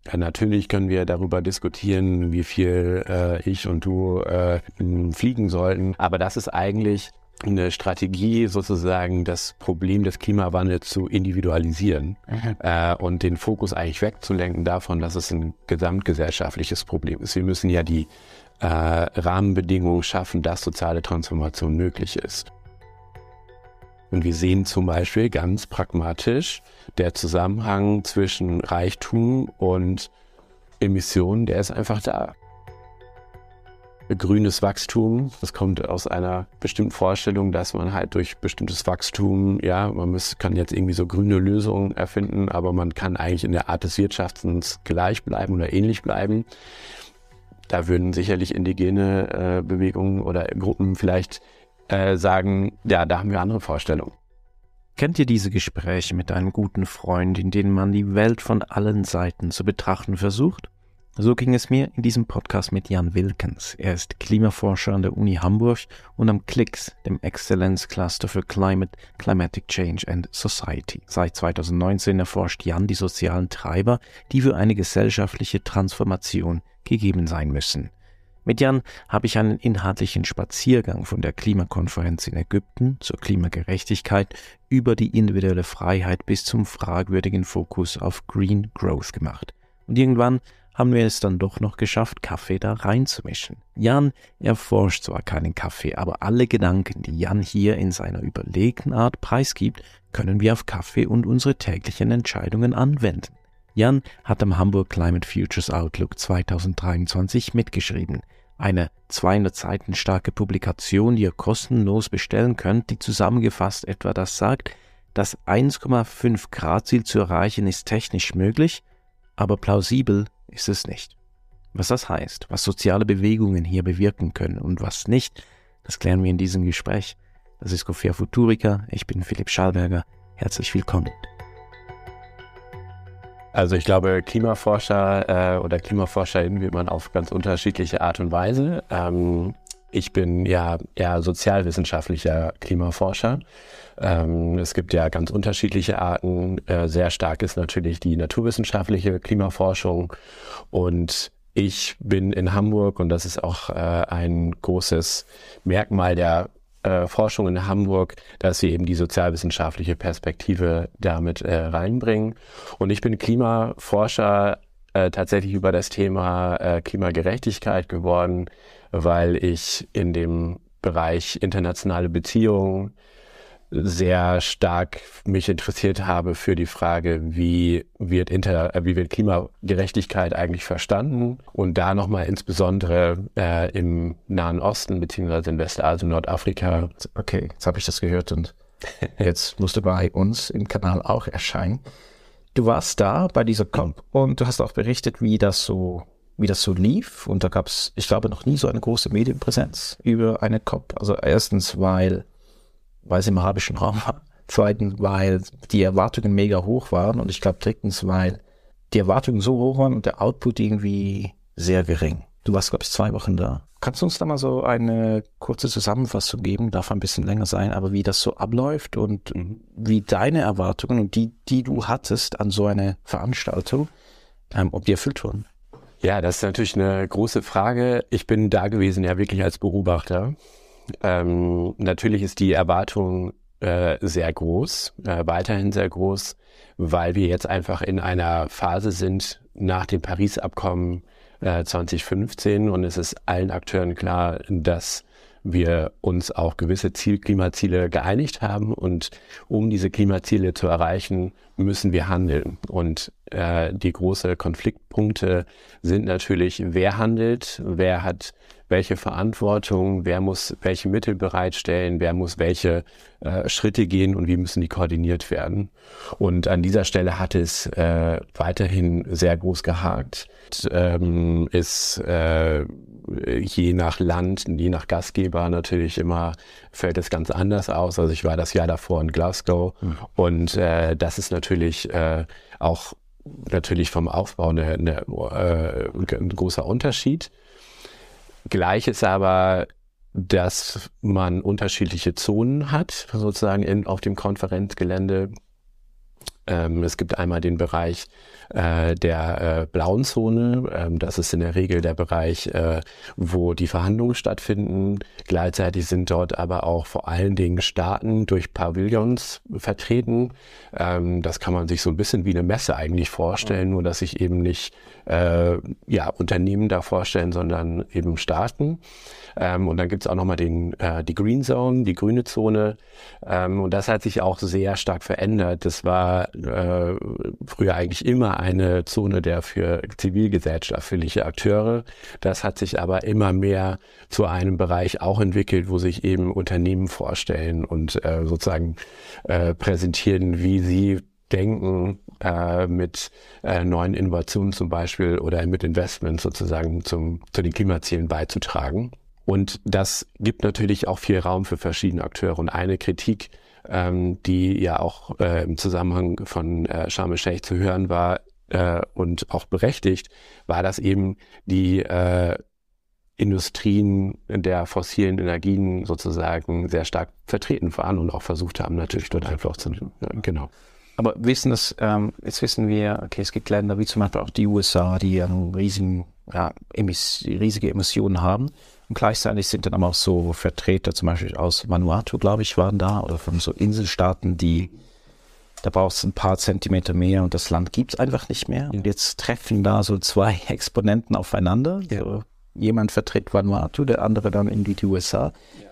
Natürlich können wir darüber diskutieren, wie viel ich und du fliegen sollten. Aber das ist eigentlich eine Strategie, sozusagen das Problem des Klimawandels zu individualisieren und den Fokus eigentlich wegzulenken davon, dass es ein gesamtgesellschaftliches Problem ist. Wir müssen ja die Rahmenbedingungen schaffen, dass soziale Transformation möglich ist. Und wir sehen zum Beispiel ganz pragmatisch, der Zusammenhang zwischen Reichtum und Emissionen, der ist einfach da. Grünes Wachstum, das kommt aus einer bestimmten Vorstellung, dass man halt durch bestimmtes Wachstum, kann jetzt irgendwie so grüne Lösungen erfinden, aber man kann eigentlich in der Art des Wirtschaftens gleich bleiben oder ähnlich bleiben. Da würden sicherlich indigene Bewegungen oder Gruppen vielleicht sagen, ja, da haben wir andere Vorstellungen. Kennt ihr diese Gespräche mit einem guten Freund, in denen man die Welt von allen Seiten zu betrachten versucht? So ging es mir in diesem Podcast mit Jan Wilkens. Er ist Klimaforscher an der Uni Hamburg und am CLIX, dem Exzellenzcluster für Climatic Change and Society. Seit 2019 erforscht Jan die sozialen Treiber, die für eine gesellschaftliche Transformation gegeben sein müssen. Mit Jan habe ich einen inhaltlichen Spaziergang von der Klimakonferenz in Ägypten zur Klimagerechtigkeit über die individuelle Freiheit bis zum fragwürdigen Fokus auf Green Growth gemacht. Und irgendwann haben wir es dann doch noch geschafft, Kaffee da reinzumischen. Jan erforscht zwar keinen Kaffee, aber alle Gedanken, die Jan hier in seiner überlegten Art preisgibt, können wir auf Kaffee und unsere täglichen Entscheidungen anwenden. Jan hat am Hamburg Climate Futures Outlook 2023 mitgeschrieben. Eine 200 Seiten starke Publikation, die ihr kostenlos bestellen könnt, die zusammengefasst etwa das sagt, das 1,5 Grad Ziel zu erreichen ist technisch möglich, aber plausibel ist es nicht. Was das heißt, was soziale Bewegungen hier bewirken können und was nicht, das klären wir in diesem Gespräch. Das ist Coffea Futurica, ich bin Philipp Schallberger, herzlich willkommen. Also ich glaube, Klimaforscher oder KlimaforscherInnen wird man auf ganz unterschiedliche Art und Weise. Ich bin ja eher sozialwissenschaftlicher Klimaforscher. Es gibt ja ganz unterschiedliche Arten. Sehr stark ist natürlich die naturwissenschaftliche Klimaforschung. Und ich bin in Hamburg, und das ist auch ein großes Merkmal der Forschung in Hamburg, dass wir eben die sozialwissenschaftliche Perspektive damit reinbringen. Und ich bin Klimaforscher tatsächlich über das Thema Klimagerechtigkeit geworden, weil ich in dem Bereich internationale Beziehungen sehr stark mich interessiert habe für die Frage, wie wird Klimagerechtigkeit eigentlich verstanden, und da nochmal insbesondere im Nahen Osten beziehungsweise in Westasien, Nordafrika. Okay, jetzt habe ich das gehört und jetzt musst du bei uns im Kanal auch erscheinen. Du warst da bei dieser COP und du hast auch berichtet, wie das so lief, und da gab es, ich glaube, noch nie so eine große Medienpräsenz über eine COP. Also erstens, weil es im arabischen Raum war. Zweitens, weil die Erwartungen mega hoch waren. Und ich glaube, drittens, weil die Erwartungen so hoch waren und der Output irgendwie sehr gering. Du warst, glaube ich, 2 Wochen da. Kannst du uns da mal so eine kurze Zusammenfassung geben? Darf ein bisschen länger sein, aber wie das so abläuft und wie deine Erwartungen und die du hattest an so eine Veranstaltung, ob die erfüllt wurden? Ja, das ist natürlich eine große Frage. Ich bin da gewesen, ja wirklich als Beobachter. Natürlich ist die Erwartung sehr groß, weiterhin sehr groß, weil wir jetzt einfach in einer Phase sind nach dem Paris-Abkommen 2015, und es ist allen Akteuren klar, dass wir uns auf gewisse Klimaziele geeinigt haben, und um diese Klimaziele zu erreichen, müssen wir handeln. Und die großen Konfliktpunkte sind natürlich, wer handelt, wer hat welche Verantwortung, wer muss welche Mittel bereitstellen, wer muss welche Schritte gehen und wie müssen die koordiniert werden. Und an dieser Stelle hat es weiterhin sehr groß gehakt. Ist je nach Land, je nach Gastgeber natürlich immer, fällt es ganz anders aus. Also ich war das Jahr davor in Glasgow und das ist natürlich auch natürlich vom Aufbau ein großer Unterschied. Gleich ist aber, dass man unterschiedliche Zonen hat, sozusagen auf dem Konferenzgelände. Es gibt einmal den Bereich der blauen Zone. Das ist in der Regel der Bereich, wo die Verhandlungen stattfinden. Gleichzeitig sind dort aber auch vor allen Dingen Staaten durch Pavillons vertreten. Das kann man sich so ein bisschen wie eine Messe eigentlich vorstellen, nur dass sich eben nicht Unternehmen da vorstellen, sondern eben Staaten. Und dann gibt es auch nochmal die Green Zone, die grüne Zone. Und das hat sich auch sehr stark verändert. Das war früher eigentlich immer eine Zone der für zivilgesellschaftliche Akteure. Das hat sich aber immer mehr zu einem Bereich auch entwickelt, wo sich eben Unternehmen vorstellen und sozusagen präsentieren, wie sie denken, mit neuen Innovationen zum Beispiel oder mit Investments sozusagen zu den Klimazielen beizutragen. Und das gibt natürlich auch viel Raum für verschiedene Akteure. Und eine Kritik, die ja auch im Zusammenhang von Sharm el-Sheikh zu hören war und auch berechtigt, war, dass eben die Industrien der fossilen Energien sozusagen sehr stark vertreten waren und auch versucht haben, natürlich dort Einfluss zu nehmen. Ja, genau. Aber jetzt wissen wir, okay, es gibt Länder wie zum Beispiel auch die USA, die riesige Emissionen haben. Und gleichzeitig sind dann aber auch so Vertreter, zum Beispiel aus Vanuatu, glaube ich, waren da, oder von so Inselstaaten, da brauchst du ein paar Zentimeter mehr und das Land gibt es einfach nicht mehr. Und jetzt treffen da so zwei Exponenten aufeinander. Ja. So, jemand vertritt Vanuatu, der andere dann in die USA.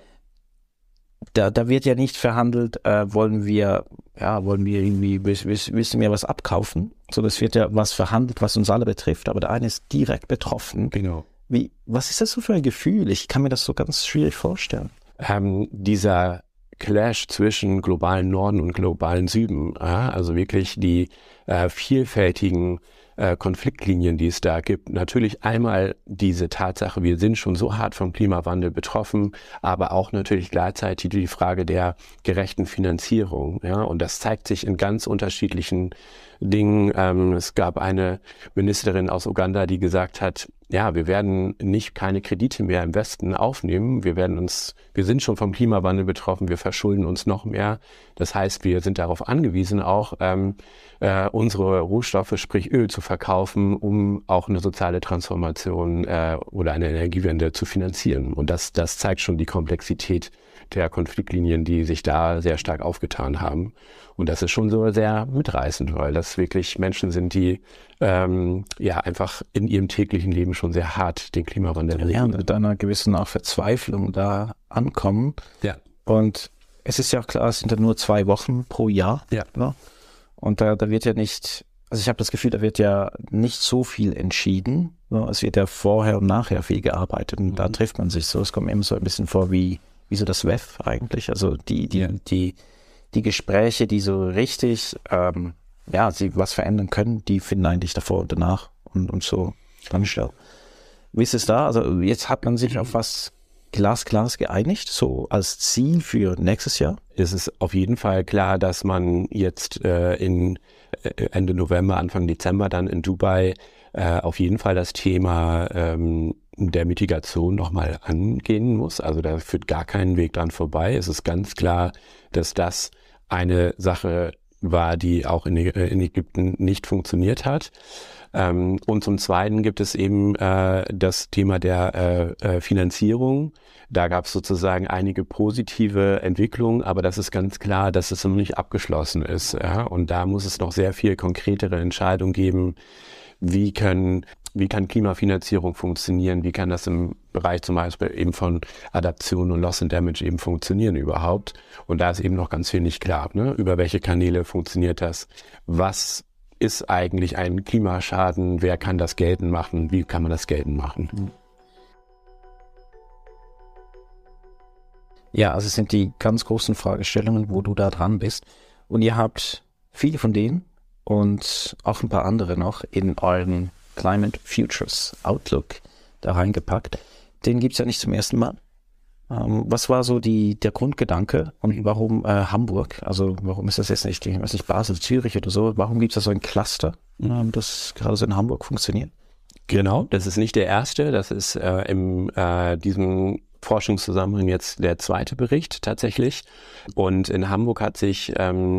Ja. Da wird ja nicht verhandelt, wollen wir irgendwie, willst du mir was abkaufen? So, das wird ja was verhandelt, was uns alle betrifft, aber der eine ist direkt betroffen. Genau. Was ist das so für ein Gefühl? Ich kann mir das so ganz schwierig vorstellen. Dieser Clash zwischen globalen Norden und globalen Süden, also wirklich die vielfältigen Konfliktlinien, die es da gibt. Natürlich einmal diese Tatsache, wir sind schon so hart vom Klimawandel betroffen, aber auch natürlich gleichzeitig die Frage der gerechten Finanzierung. Ja? Und das zeigt sich in ganz unterschiedlichen Dingen. Es gab eine Ministerin aus Uganda, die gesagt hat, ja, wir werden keine Kredite mehr im Westen aufnehmen. Wir sind schon vom Klimawandel betroffen, wir verschulden uns noch mehr. Das heißt, wir sind darauf angewiesen, auch unsere Rohstoffe, sprich Öl, zu verkaufen, um auch eine soziale Transformation oder eine Energiewende zu finanzieren. Und das zeigt schon die Komplexität der Konfliktlinien, die sich da sehr stark aufgetan haben. Und das ist schon so sehr mitreißend, weil das wirklich Menschen sind, die einfach in ihrem täglichen Leben schon sehr hart den Klimawandel erleben. Ja, mit einer gewissen auch Verzweiflung da ankommen. Ja. Und es ist ja auch klar, es sind ja nur 2 Wochen pro Jahr. Ja. Ne? Und da wird ja nicht, also ich habe das Gefühl, da wird ja nicht so viel entschieden. Ne? Es wird ja vorher und nachher viel gearbeitet und da trifft man sich so. Es kommt immer so ein bisschen vor wie so das WEF eigentlich. Also die Gespräche, die so richtig, sie was verändern können, die finden eigentlich davor und danach und so dann statt. Wie ist es da? Also jetzt hat man sich auf was Glasklares geeinigt, so als Ziel für nächstes Jahr? Es ist auf jeden Fall klar, dass man jetzt in Ende November, Anfang Dezember dann in Dubai auf jeden Fall das Thema der Mitigation nochmal angehen muss. Also da führt gar keinen Weg dran vorbei. Es ist ganz klar, dass das eine Sache war, die auch in Ägypten nicht funktioniert hat. Und zum Zweiten gibt es eben das Thema der Finanzierung. Da gab es sozusagen einige positive Entwicklungen, aber das ist ganz klar, dass es noch nicht abgeschlossen ist. Ja? Und da muss es noch sehr viel konkretere Entscheidungen geben, wie kann Klimafinanzierung funktionieren, wie kann das im Bereich zum Beispiel eben von Adaption und Loss and Damage eben funktionieren überhaupt. Und da ist eben noch ganz viel nicht klar, ne? Über welche Kanäle funktioniert das, was ist eigentlich ein Klimaschaden, wer kann das geltend machen, wie kann man das geltend machen. Ja, also es sind die ganz großen Fragestellungen, wo du da dran bist. Und ihr habt viele von denen und auch ein paar andere noch in euren Climate Futures Outlook da reingepackt. Den gibt's ja nicht zum ersten Mal. Was war so der Grundgedanke und warum Hamburg? Also warum ist das jetzt nicht, ich weiß nicht, Basel, Zürich oder so? Warum gibt's da so ein Cluster, das gerade so in Hamburg funktioniert? Genau, das ist nicht der erste. Das ist in diesem Forschungszusammenhang jetzt der zweite Bericht tatsächlich. Und in Hamburg hat sich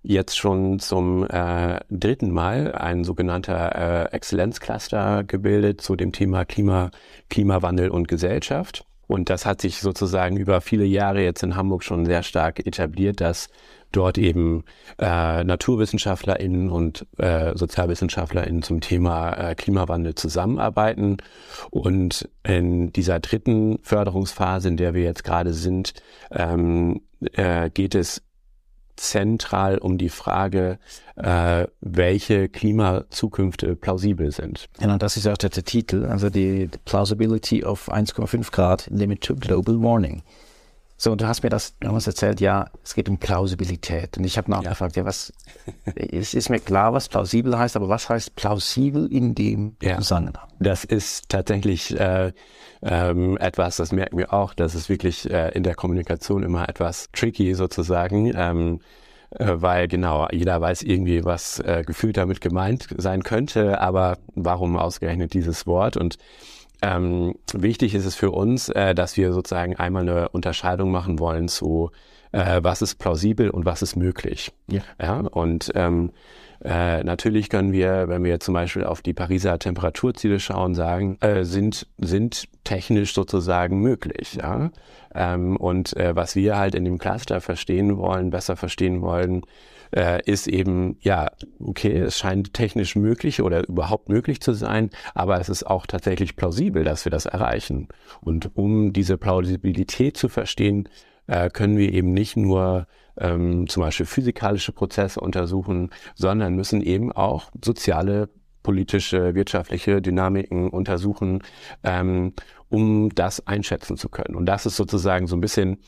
jetzt schon zum dritten Mal ein sogenannter Exzellenzcluster gebildet zu dem Thema Klimawandel und Gesellschaft. Und das hat sich sozusagen über viele Jahre jetzt in Hamburg schon sehr stark etabliert, dass dort eben NaturwissenschaftlerInnen und SozialwissenschaftlerInnen zum Thema Klimawandel zusammenarbeiten. Und in dieser dritten Förderungsphase, in der wir jetzt gerade sind, geht es zentral um die Frage, welche Klimazukünfte plausibel sind. Genau, das ist auch der Titel, also die Plausibility of 1,5 Grad Limit to Global Warming. So, und du hast mir das damals erzählt, ja, es geht um Plausibilität. Und ich habe nachgefragt, es ist mir klar, was plausibel heißt, aber was heißt plausibel in dem Zusammenhang? Das ist tatsächlich etwas, das merken wir auch, das ist wirklich in der Kommunikation immer etwas tricky sozusagen, weil genau, jeder weiß irgendwie, was gefühlt damit gemeint sein könnte, aber warum ausgerechnet dieses Wort? Und wichtig ist es für uns, dass wir sozusagen einmal eine Unterscheidung machen wollen zu was ist plausibel und was ist möglich. Ja, und natürlich können wir, wenn wir zum Beispiel auf die Pariser Temperaturziele schauen, sagen, sind technisch sozusagen möglich. Ja? Und was wir halt in dem Cluster besser verstehen wollen, ist eben, ja, okay, es scheint technisch möglich oder überhaupt möglich zu sein, aber es ist auch tatsächlich plausibel, dass wir das erreichen. Und um diese Plausibilität zu verstehen, können wir eben nicht nur zum Beispiel physikalische Prozesse untersuchen, sondern müssen eben auch soziale, politische, wirtschaftliche Dynamiken untersuchen, um das einschätzen zu können. Und das ist sozusagen so ein bisschen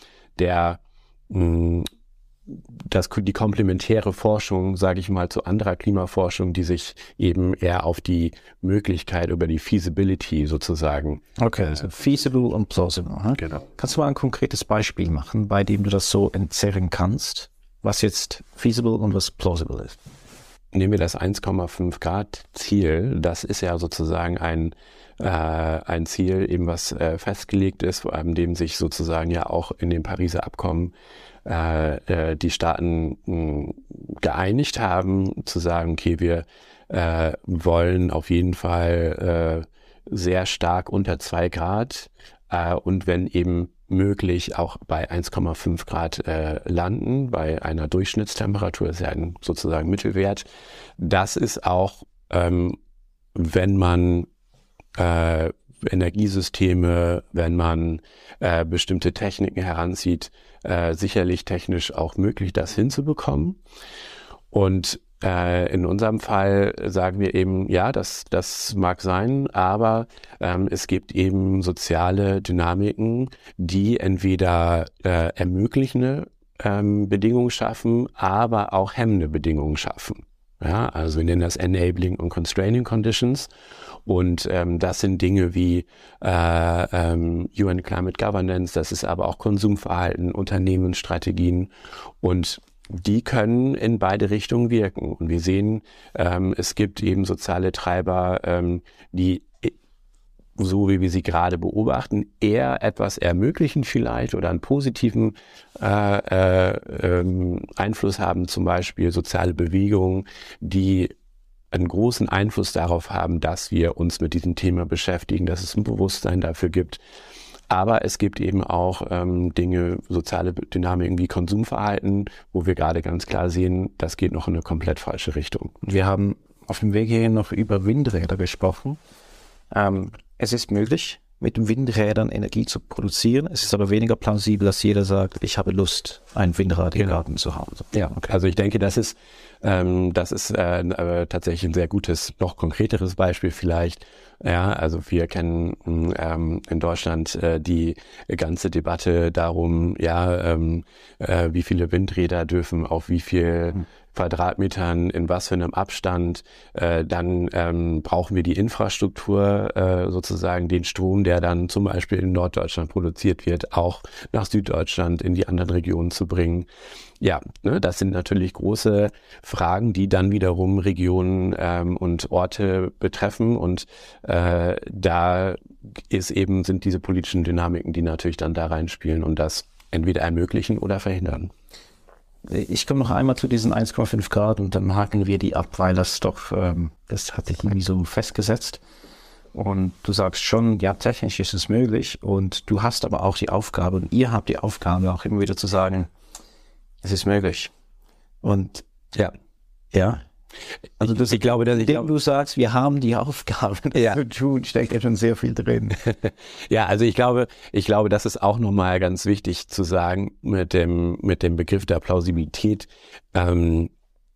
die komplementäre Forschung, sage ich mal, zu anderer Klimaforschung, die sich eben eher auf die Möglichkeit über die Feasibility sozusagen. Okay, also feasible und plausible. Huh? Genau. Kannst du mal ein konkretes Beispiel machen, bei dem du das so entzerren kannst, was jetzt feasible und was plausible ist? Nehmen wir das 1,5 Grad Ziel. Das ist ja sozusagen ein Ziel, eben was festgelegt ist, vor allem dem sich sozusagen ja auch in dem Pariser Abkommen die Staaten geeinigt haben, zu sagen, okay, wir wollen auf jeden Fall sehr stark unter 2 Grad und wenn eben möglich auch bei 1,5 Grad landen, bei einer Durchschnittstemperatur, ist ja ein sozusagen Mittelwert. Das ist auch, wenn man Energiesysteme, wenn man bestimmte Techniken heranzieht, sicherlich technisch auch möglich, das hinzubekommen. Und in unserem Fall sagen wir eben, ja, das mag sein, aber es gibt eben soziale Dynamiken, die entweder ermöglichende Bedingungen schaffen, aber auch hemmende Bedingungen schaffen. Ja, also wir nennen das Enabling und Constraining Conditions. Und das sind Dinge wie UN Climate Governance, das ist aber auch Konsumverhalten, Unternehmensstrategien und die können in beide Richtungen wirken. Und wir sehen, es gibt eben soziale Treiber, die, so wie wir sie gerade beobachten, eher etwas ermöglichen vielleicht oder einen positiven Einfluss haben, zum Beispiel soziale Bewegungen, die einen großen Einfluss darauf haben, dass wir uns mit diesem Thema beschäftigen, dass es ein Bewusstsein dafür gibt. Aber es gibt eben auch Dinge, soziale Dynamiken wie Konsumverhalten, wo wir gerade ganz klar sehen, das geht noch in eine komplett falsche Richtung. Wir haben auf dem Weg hierhin noch über Windräder gesprochen. Es ist möglich, mit Windrädern Energie zu produzieren. Es ist aber weniger plausibel, dass jeder sagt, ich habe Lust, ein Windrad im Garten zu haben. Ja, okay. Also ich denke, das ist tatsächlich ein sehr gutes, noch konkreteres Beispiel vielleicht. Ja, also wir kennen in Deutschland die ganze Debatte darum, wie viele Windräder dürfen auf wie viel Quadratmetern, in was für einem Abstand, dann brauchen wir die Infrastruktur, sozusagen den Strom, der dann zum Beispiel in Norddeutschland produziert wird, auch nach Süddeutschland in die anderen Regionen zu bringen. Ja, ne, das sind natürlich große Fragen, die dann wiederum Regionen und Orte betreffen und da sind diese politischen Dynamiken, die natürlich dann da reinspielen und das entweder ermöglichen oder verhindern. ich komme noch einmal zu diesen 1,5 Grad und dann haken wir die ab, weil das doch, das hat sich irgendwie so festgesetzt. Und du sagst schon, ja, technisch ist es möglich und du hast aber auch die Aufgabe und ihr habt die Aufgabe auch immer wieder zu sagen, es ist möglich. Und ja. Also ich glaube, du sagst, wir haben die Aufgabe, das zu tun, steckt ja schon sehr viel drin. Ja, also ich glaube, das ist auch nochmal ganz wichtig zu sagen mit dem Begriff der Plausibilität. Wenn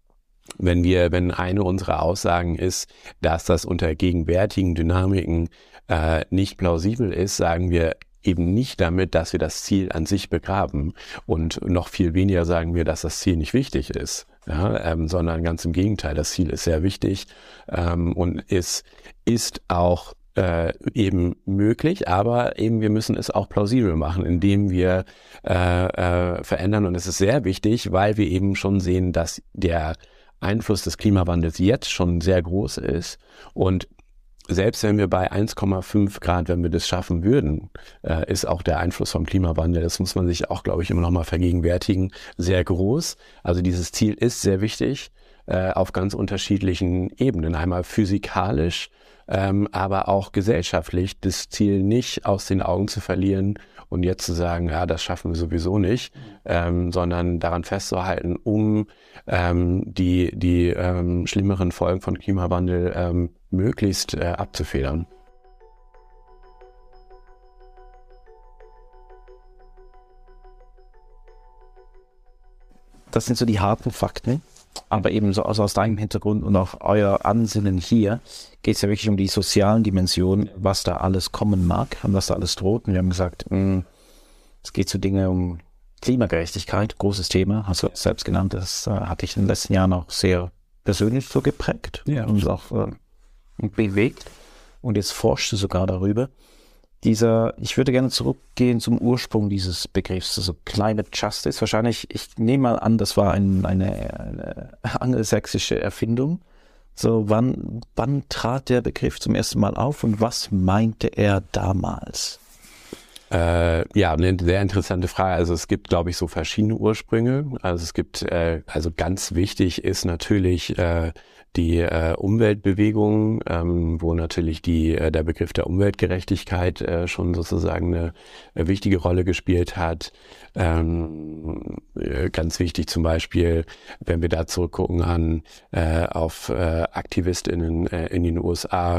eine unserer Aussagen ist, dass das unter gegenwärtigen Dynamiken nicht plausibel ist, sagen wir eben nicht damit, dass wir das Ziel an sich begraben und noch viel weniger sagen wir, dass das Ziel nicht wichtig ist, sondern ganz im Gegenteil, das Ziel ist sehr wichtig und ist auch eben möglich, aber eben wir müssen es auch plausibel machen, indem wir verändern und es ist sehr wichtig, weil wir eben schon sehen, dass der Einfluss des Klimawandels jetzt schon sehr groß ist und selbst wenn wir bei 1,5 Grad, wenn wir das schaffen würden, ist auch der Einfluss vom Klimawandel, das muss man sich auch, glaube ich, immer noch mal vergegenwärtigen, sehr groß. Also dieses Ziel ist sehr wichtig auf ganz unterschiedlichen Ebenen. Einmal physikalisch, aber auch gesellschaftlich, das Ziel nicht aus den Augen zu verlieren und jetzt zu sagen, ja, das schaffen wir sowieso nicht, sondern daran festzuhalten, um die schlimmeren Folgen von Klimawandel möglichst abzufedern. Das sind so die harten Fakten, aber eben so aus deinem Hintergrund und auch euer Ansinnen hier geht es ja wirklich um die sozialen Dimensionen, was da alles kommen mag und was da alles droht. Und wir haben gesagt, es geht zu Dingen um Klimagerechtigkeit, großes Thema, hast du selbst genannt, das hatte ich in den letzten Jahren auch sehr persönlich so geprägt und auch bewegt. Und jetzt forschst du sogar darüber. Ich würde gerne zurückgehen zum Ursprung dieses Begriffs, also Climate Justice. Wahrscheinlich, ich nehme mal an, das war eine angelsächsische Erfindung. So, wann trat der Begriff zum ersten Mal auf und was meinte er damals? Eine sehr interessante Frage. Also es gibt, glaube ich, so verschiedene Ursprünge. Also es gibt, also ganz wichtig ist natürlich die Umweltbewegung, wo natürlich der Begriff der Umweltgerechtigkeit schon sozusagen eine wichtige Rolle gespielt hat. Ganz wichtig zum Beispiel, wenn wir da zurückgucken auf AktivistInnen in den USA,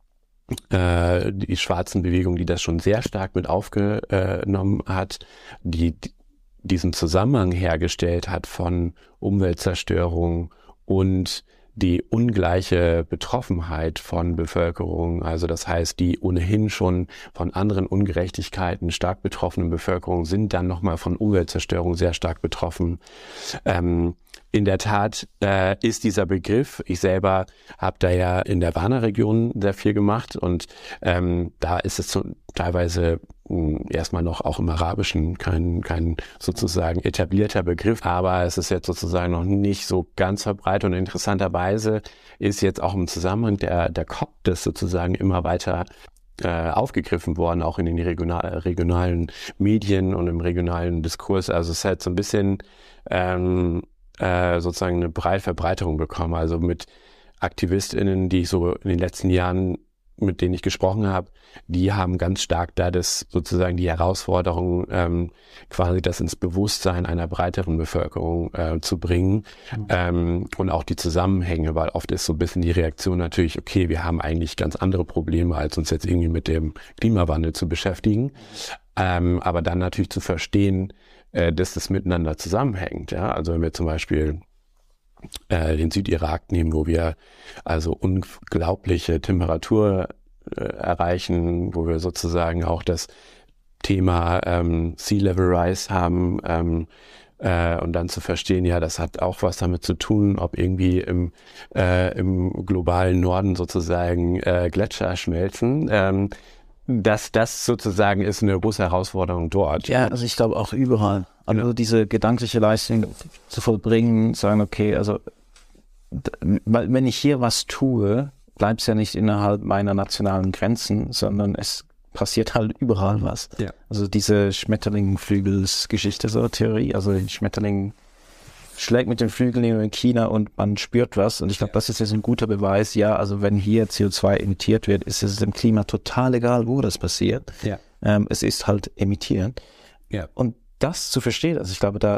die schwarzen Bewegung, die das schon sehr stark mit aufgenommen hat, die diesen Zusammenhang hergestellt hat von Umweltzerstörung und die ungleiche Betroffenheit von Bevölkerung, also das heißt, die ohnehin schon von anderen Ungerechtigkeiten stark betroffenen Bevölkerung sind dann nochmal von Umweltzerstörung sehr stark betroffen. In der Tat ist dieser Begriff, ich selber habe da ja in der Warner-Region sehr viel gemacht und da ist es teilweise erstmal noch auch im Arabischen kein sozusagen etablierter Begriff, aber es ist jetzt sozusagen noch nicht so ganz verbreitet und interessanterweise ist jetzt auch im Zusammenhang der COP das sozusagen immer weiter aufgegriffen worden, auch in den regionalen Medien und im regionalen Diskurs. Also es ist halt so ein bisschen sozusagen eine breite Verbreiterung bekommen. Also mit AktivistInnen, die ich so in den letzten Jahren, mit denen ich gesprochen habe, die haben ganz stark da das sozusagen die Herausforderung, quasi das ins Bewusstsein einer breiteren Bevölkerung zu bringen und auch die Zusammenhänge, weil oft ist so ein bisschen die Reaktion natürlich, okay, wir haben eigentlich ganz andere Probleme, als uns jetzt irgendwie mit dem Klimawandel zu beschäftigen, aber dann natürlich zu verstehen, dass das miteinander zusammenhängt. Ja? Also wenn wir zum Beispiel den Südirak nehmen, wo wir also unglaubliche Temperatur erreichen, wo wir sozusagen auch das Thema Sea Level Rise haben und dann zu verstehen, ja, das hat auch was damit zu tun, ob irgendwie im globalen Norden sozusagen Gletscher schmelzen. Dass das sozusagen ist eine große Herausforderung dort. Ja, also ich glaube auch überall. Also diese gedankliche Leistung zu vollbringen, sagen, okay, also wenn ich hier was tue, bleibt es ja nicht innerhalb meiner nationalen Grenzen, sondern es passiert halt überall was. Ja. Also diese Schmetterlingflügelsgeschichte, so Theorie, also den Schmetterling schlägt mit den Flügeln in China und man spürt was. Und ich glaube, das ist jetzt ein guter Beweis. Ja, also wenn hier CO2 emittiert wird, ist es dem Klima total egal, wo das passiert. Ja. Es ist halt emittieren. Ja. Und das zu verstehen, also ich glaube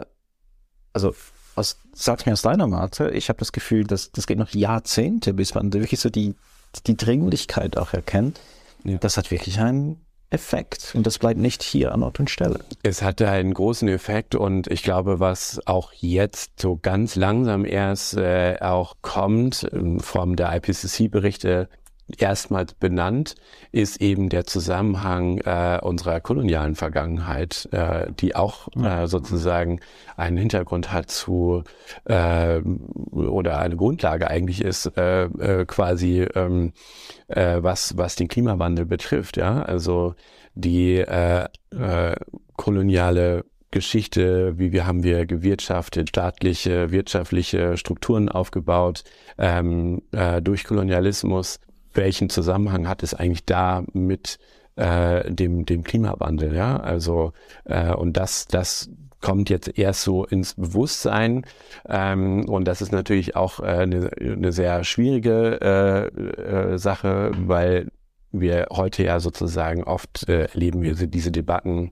sag's mir aus deiner Warte, ich habe das Gefühl, dass das geht noch Jahrzehnte, bis man wirklich so die Dringlichkeit auch erkennt. Ja. Das hat wirklich einen Effekt und das bleibt nicht hier an Ort und Stelle. Es hatte einen großen Effekt und ich glaube, was auch jetzt so ganz langsam erst auch kommt, in Form der IPCC-Berichte erstmals benannt, ist eben der Zusammenhang unserer kolonialen Vergangenheit, die auch sozusagen einen Hintergrund hat zu oder eine Grundlage eigentlich ist quasi was den Klimawandel betrifft, ja, also die koloniale Geschichte, wie haben wir gewirtschaftet, staatliche, wirtschaftliche Strukturen aufgebaut durch Kolonialismus. Welchen Zusammenhang hat es eigentlich da mit dem Klimawandel, ja? Also und das kommt jetzt erst so ins Bewusstsein und das ist natürlich auch eine sehr schwierige Sache, weil wir heute ja sozusagen oft erleben wir diese Debatten.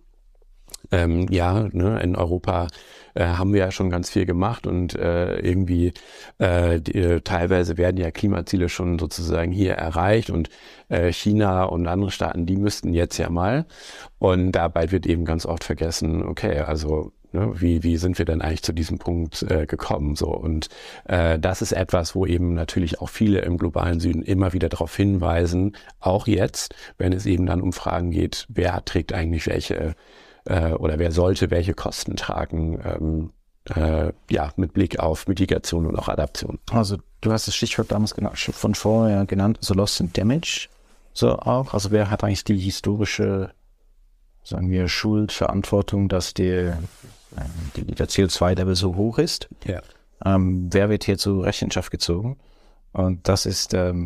In Europa haben wir ja schon ganz viel gemacht und irgendwie teilweise werden ja Klimaziele schon sozusagen hier erreicht und China und andere Staaten, die müssten jetzt ja mal und dabei wird eben ganz oft vergessen, okay, also wie sind wir denn eigentlich zu diesem Punkt gekommen? So und das ist etwas, wo eben natürlich auch viele im globalen Süden immer wieder darauf hinweisen, auch jetzt, wenn es eben dann um Fragen geht, wer trägt eigentlich welche oder wer sollte welche Kosten tragen, mit Blick auf Mitigation und auch Adaption. Also du hast das Stichwort damals von vorher genannt, so Loss and Damage, so auch. Also wer hat eigentlich die historische, sagen wir, Schuld, Verantwortung, dass der CO2-Level so hoch ist? Ja. Wer wird hier zur Rechenschaft gezogen? Und das ist, da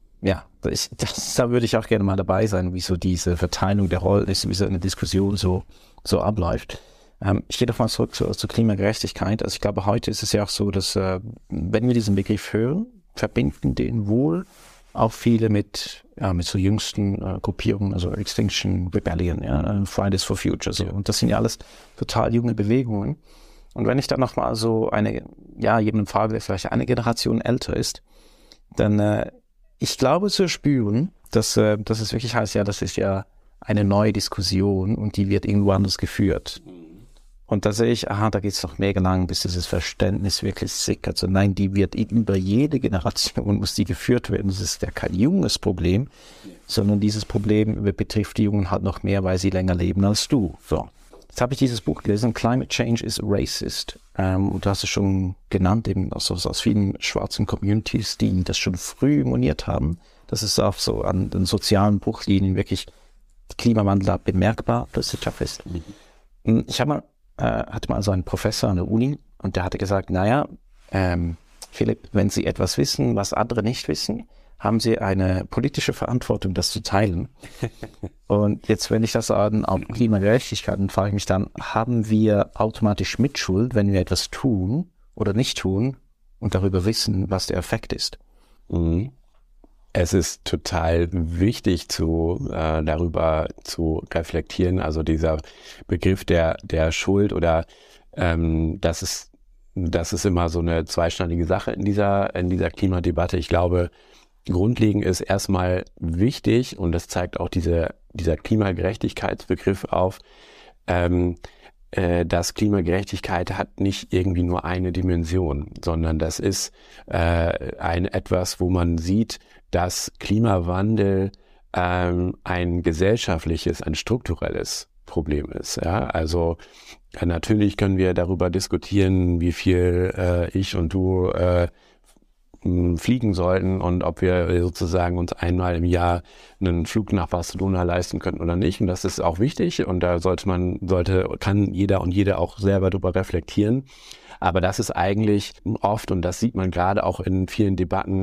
würde ich auch gerne mal dabei sein, wie so diese Verteilung der Rollen ist, wie so eine Diskussion so abläuft. Ich gehe doch mal zurück zur Klimagerechtigkeit. Also ich glaube, heute ist es ja auch so, dass wenn wir diesen Begriff hören, verbinden den wohl auch viele mit so jüngsten Gruppierungen, also Extinction Rebellion, Fridays for Future. So. Ja. Und das sind ja alles total junge Bewegungen. Und wenn ich dann nochmal so jemanden frage, der vielleicht eine Generation älter ist, dann ich glaube zu spüren, dass es wirklich heißt, ja, das ist ja eine neue Diskussion und die wird irgendwo anders geführt. Und da sehe ich, da geht es noch mega lang, bis dieses Verständnis wirklich sickert. Also nein, die wird über jede Generation muss die geführt werden. Das ist ja kein junges Problem, sondern dieses Problem betrifft die Jungen halt noch mehr, weil sie länger leben als du. So. Jetzt habe ich dieses Buch gelesen, Climate Change is Racist. Und du hast es schon genannt, eben aus vielen schwarzen Communities, die das schon früh moniert haben. Das ist auch so an den sozialen Bruchlinien wirklich Klimawandel bemerkbar plötzlich ist. Ich hatte mal so einen Professor an der Uni und der hatte gesagt, Philipp, wenn Sie etwas wissen, was andere nicht wissen, haben Sie eine politische Verantwortung, das zu teilen. Und jetzt, wenn ich das an Klimagerechtigkeit, dann frage ich mich dann, haben wir automatisch Mitschuld, wenn wir etwas tun oder nicht tun und darüber wissen, was der Effekt ist? Mhm. Es ist total wichtig, darüber zu reflektieren. Also dieser Begriff der Schuld oder das ist immer so eine zweischneidige Sache in dieser Klimadebatte. Ich glaube, grundlegend ist erstmal wichtig und das zeigt auch dieser Klimagerechtigkeitsbegriff auf. Dass Klimagerechtigkeit hat nicht irgendwie nur eine Dimension, sondern das ist etwas, wo man sieht, dass Klimawandel ein gesellschaftliches, ein strukturelles Problem ist. Ja? Also natürlich können wir darüber diskutieren, wie viel ich und du fliegen sollten und ob wir sozusagen uns einmal im Jahr einen Flug nach Barcelona leisten könnten oder nicht. Und das ist auch wichtig und da kann jeder und jede auch selber darüber reflektieren. Aber das ist eigentlich oft, und das sieht man gerade auch in vielen Debatten,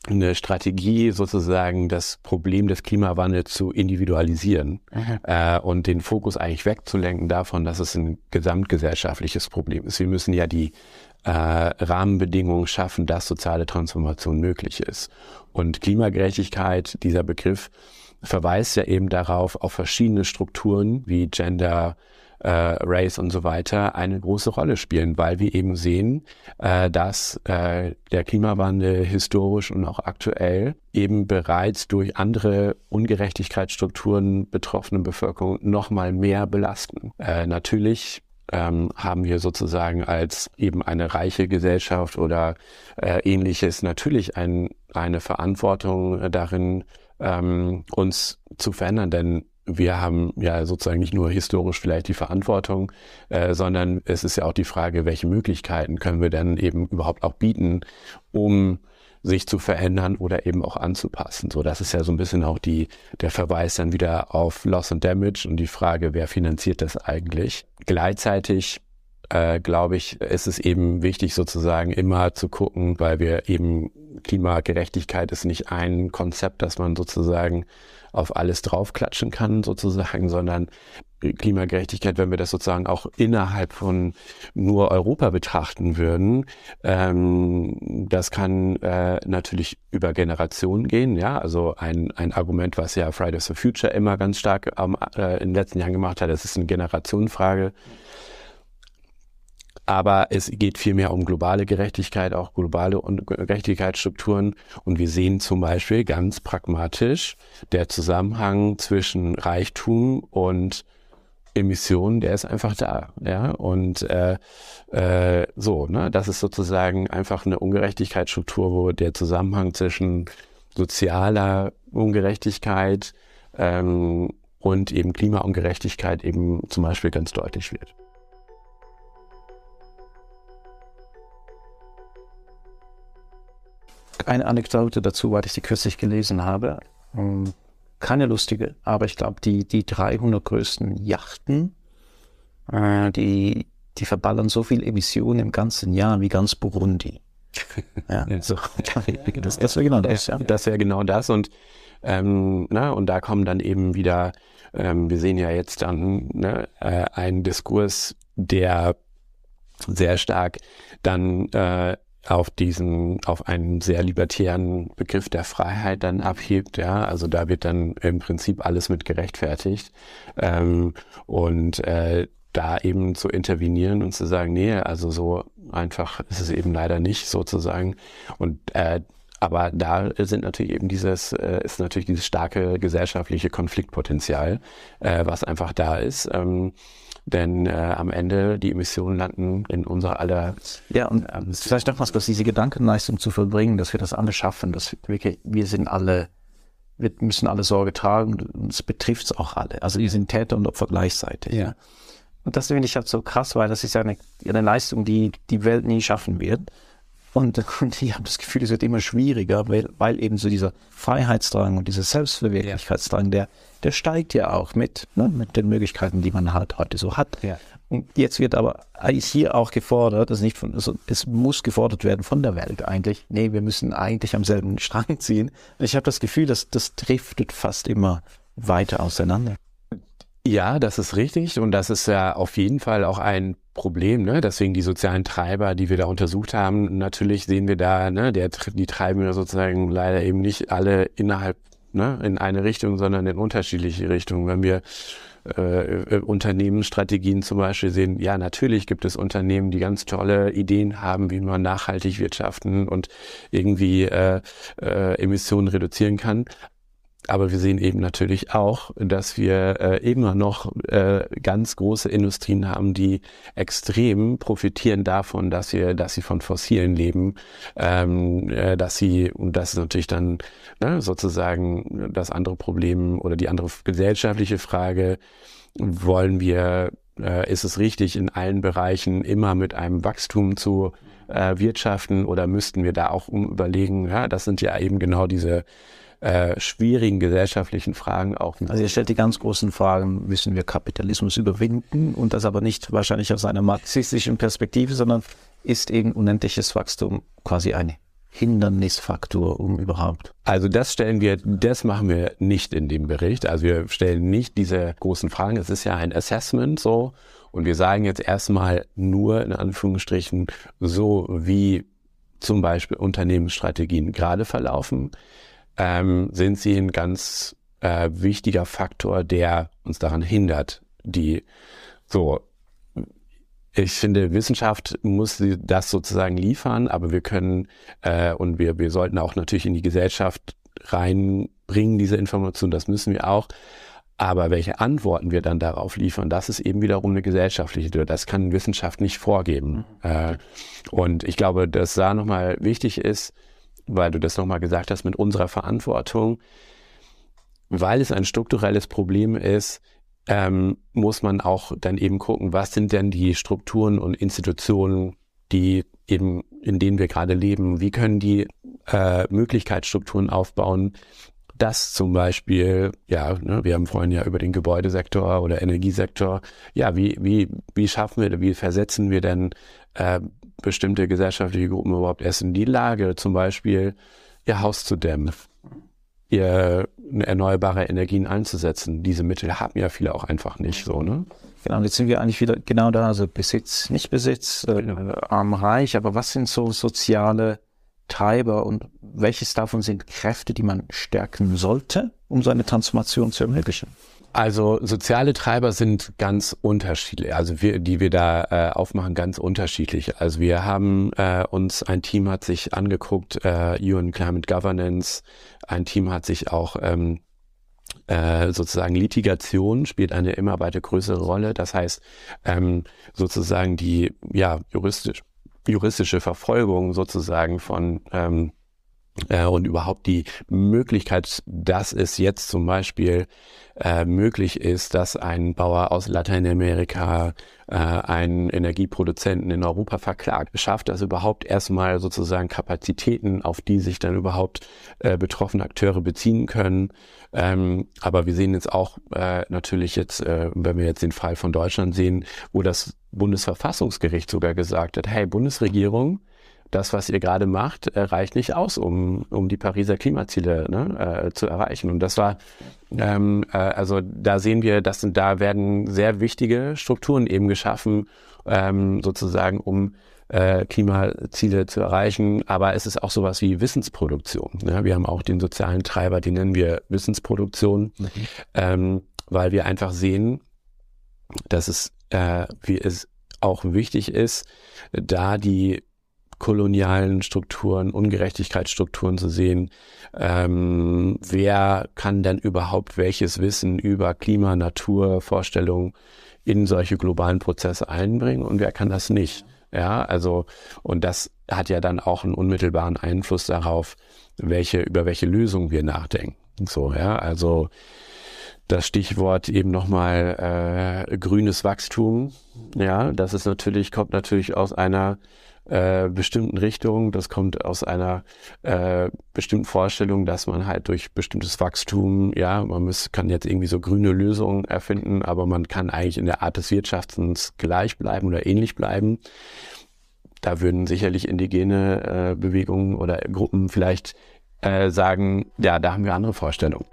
eine Strategie, sozusagen das Problem des Klimawandels zu individualisieren und den Fokus eigentlich wegzulenken davon, dass es ein gesamtgesellschaftliches Problem ist. Wir müssen ja die Rahmenbedingungen schaffen, dass soziale Transformation möglich ist. Und Klimagerechtigkeit, dieser Begriff, verweist ja eben darauf, auf verschiedene Strukturen wie Gender, Race und so weiter eine große Rolle spielen, weil wir eben sehen, dass der Klimawandel historisch und auch aktuell eben bereits durch andere Ungerechtigkeitsstrukturen betroffene Bevölkerung noch mal mehr belasten. Natürlich haben wir sozusagen als eben eine reiche Gesellschaft oder Ähnliches natürlich eine Verantwortung darin, uns zu verändern, denn wir haben ja sozusagen nicht nur historisch vielleicht die Verantwortung, sondern es ist ja auch die Frage, welche Möglichkeiten können wir denn eben überhaupt auch bieten, um sich zu verändern oder eben auch anzupassen. So, das ist ja so ein bisschen auch der Verweis dann wieder auf Loss and Damage und die Frage, wer finanziert das eigentlich? Gleichzeitig glaube ich, ist es eben wichtig sozusagen immer zu gucken, weil wir eben Klimagerechtigkeit ist nicht ein Konzept, das man sozusagen auf alles draufklatschen kann sozusagen, sondern Klimagerechtigkeit, wenn wir das sozusagen auch innerhalb von nur Europa betrachten würden, das kann natürlich über Generationen gehen, ja, also ein Argument, was ja Fridays for Future immer ganz stark in den letzten Jahren gemacht hat, das ist eine Generationenfrage. Aber es geht vielmehr um globale Gerechtigkeit, auch globale Gerechtigkeitsstrukturen. Und wir sehen zum Beispiel ganz pragmatisch der Zusammenhang zwischen Reichtum und Emissionen, der ist einfach da. Ja? Und das ist sozusagen einfach eine Ungerechtigkeitsstruktur, wo der Zusammenhang zwischen sozialer Ungerechtigkeit und eben Klimaungerechtigkeit eben zum Beispiel ganz deutlich wird. Eine Anekdote dazu, weil ich die kürzlich gelesen habe. Keine lustige, aber ich glaube, die 300 größten Yachten, die verballern so viel Emissionen im ganzen Jahr wie ganz Burundi. Ja. So. Das wäre genau das. Ja. Das wäre genau das. Und und da kommen dann eben wieder, wir sehen ja jetzt dann einen Diskurs, der sehr stark dann auf einen sehr libertären Begriff der Freiheit dann abhebt, ja, also da wird dann im Prinzip alles mit gerechtfertigt da eben zu intervenieren und zu sagen, nee, also so einfach ist es eben leider nicht sozusagen und aber da sind natürlich eben dieses starke gesellschaftliche Konfliktpotenzial, was einfach da ist. Denn am Ende die Emissionen landen in unser aller... Ja, und vielleicht noch was, dass diese Gedankenleistung zu vollbringen, dass wir das alle schaffen, dass wir müssen alle Sorge tragen und uns betrifft es auch alle. Also wir sind Täter und Opfer gleichzeitig. Ja. Und das finde ich halt so krass, weil das ist ja eine Leistung, die die Welt nie schaffen wird. Und ich habe das Gefühl, es wird immer schwieriger, weil eben so dieser Freiheitsdrang und dieser Selbstverwirklichkeitsdrang, der steigt ja auch mit den Möglichkeiten, die man halt heute so hat. Ja. Und jetzt wird aber hier auch gefordert, es muss gefordert werden von der Welt eigentlich. Nee, wir müssen eigentlich am selben Strang ziehen. Und ich habe das Gefühl, das driftet fast immer weiter auseinander. Ja, das ist richtig und das ist ja auf jeden Fall auch ein Problem, ne? Deswegen die sozialen Treiber, die wir da untersucht haben, natürlich sehen wir da, die treiben wir sozusagen leider eben nicht alle innerhalb, in eine Richtung, sondern in unterschiedliche Richtungen. Wenn wir Unternehmensstrategien zum Beispiel sehen, ja, natürlich gibt es Unternehmen, die ganz tolle Ideen haben, wie man nachhaltig wirtschaften und irgendwie Emissionen reduzieren kann. Aber wir sehen eben natürlich auch, dass wir immer noch ganz große Industrien haben, die extrem profitieren davon, dass sie von fossilen leben, und das ist natürlich dann sozusagen das andere Problem oder die andere gesellschaftliche Frage, ist es richtig, in allen Bereichen immer mit einem Wachstum zu wirtschaften oder müssten wir da auch überlegen, ja, das sind ja eben genau diese schwierigen gesellschaftlichen Fragen auch. Also ihr stellt die ganz großen Fragen, müssen wir Kapitalismus überwinden und das aber nicht wahrscheinlich aus einer marxistischen Perspektive, sondern ist eben unendliches Wachstum quasi eine Hindernisfaktor, um überhaupt? Also das machen wir nicht in dem Bericht. Also wir stellen nicht diese großen Fragen. Es ist ja ein Assessment so. Und wir sagen jetzt erstmal nur in Anführungsstrichen so, wie zum Beispiel Unternehmensstrategien gerade verlaufen, sind sie ein ganz wichtiger Faktor, der uns daran hindert, ich finde, Wissenschaft muss das sozusagen liefern, aber wir können und wir sollten auch natürlich in die Gesellschaft reinbringen, diese Information, das müssen wir auch. Aber welche Antworten wir dann darauf liefern, das ist eben wiederum eine gesellschaftliche Tür. Das kann Wissenschaft nicht vorgeben. Und ich glaube, dass da nochmal wichtig ist, weil du das nochmal gesagt hast, mit unserer Verantwortung, weil es ein strukturelles Problem ist, muss man auch dann eben gucken, was sind denn die Strukturen und Institutionen, die eben, in denen wir gerade leben, wie können die Möglichkeitsstrukturen aufbauen, dass zum Beispiel, wir haben vorhin ja über den Gebäudesektor oder Energiesektor, wie schaffen wir, wie versetzen wir denn bestimmte gesellschaftliche Gruppen überhaupt erst in die Lage, zum Beispiel ihr Haus zu dämmen, erneuerbare Energien einzusetzen. Diese Mittel haben ja viele auch einfach nicht so, ne? Genau, jetzt sind wir eigentlich wieder genau da, also Besitz, nicht Besitz, arm, reich, aber was sind so soziale Treiber und welches davon sind Kräfte, die man stärken sollte, um so eine Transformation zu ermöglichen? Also soziale Treiber sind ganz unterschiedlich, also die wir da aufmachen, ganz unterschiedlich. Also wir haben ein Team hat sich angeguckt, UN Climate Governance, ein Team hat sich auch sozusagen Litigation spielt eine immer weiter größere Rolle. Das heißt, sozusagen die juristische Verfolgung sozusagen von und überhaupt die Möglichkeit, dass es jetzt zum Beispiel möglich ist, dass ein Bauer aus Lateinamerika einen Energieproduzenten in Europa verklagt. Schafft das überhaupt erstmal sozusagen Kapazitäten, auf die sich dann überhaupt betroffene Akteure beziehen können. Aber wir sehen jetzt auch natürlich jetzt, wenn wir jetzt den Fall von Deutschland sehen, wo das Bundesverfassungsgericht sogar gesagt hat, hey, Bundesregierung, das, was ihr gerade macht, reicht nicht aus, um die Pariser Klimaziele zu erreichen. Und das war, also da sehen wir, da werden sehr wichtige Strukturen eben geschaffen, sozusagen, um Klimaziele zu erreichen. Aber es ist auch sowas wie Wissensproduktion. Ne? Wir haben auch den sozialen Treiber, den nennen wir Wissensproduktion, weil wir einfach sehen, dass wie es auch wichtig ist, da die kolonialen Strukturen, Ungerechtigkeitsstrukturen zu sehen. Wer kann denn überhaupt welches Wissen über Klima, Natur, Vorstellungen in solche globalen Prozesse einbringen und wer kann das nicht? Ja, also, und das hat ja dann auch einen unmittelbaren Einfluss darauf, über welche Lösungen wir nachdenken. So, ja, also das Stichwort eben nochmal grünes Wachstum. Ja, das ist kommt natürlich aus einer bestimmten Richtung, das kommt aus einer bestimmten Vorstellung, dass man halt durch bestimmtes Wachstum, kann jetzt irgendwie so grüne Lösungen erfinden, aber man kann eigentlich in der Art des Wirtschaftens gleich bleiben oder ähnlich bleiben. Da würden sicherlich indigene Bewegungen oder Gruppen vielleicht sagen, ja, da haben wir andere Vorstellungen.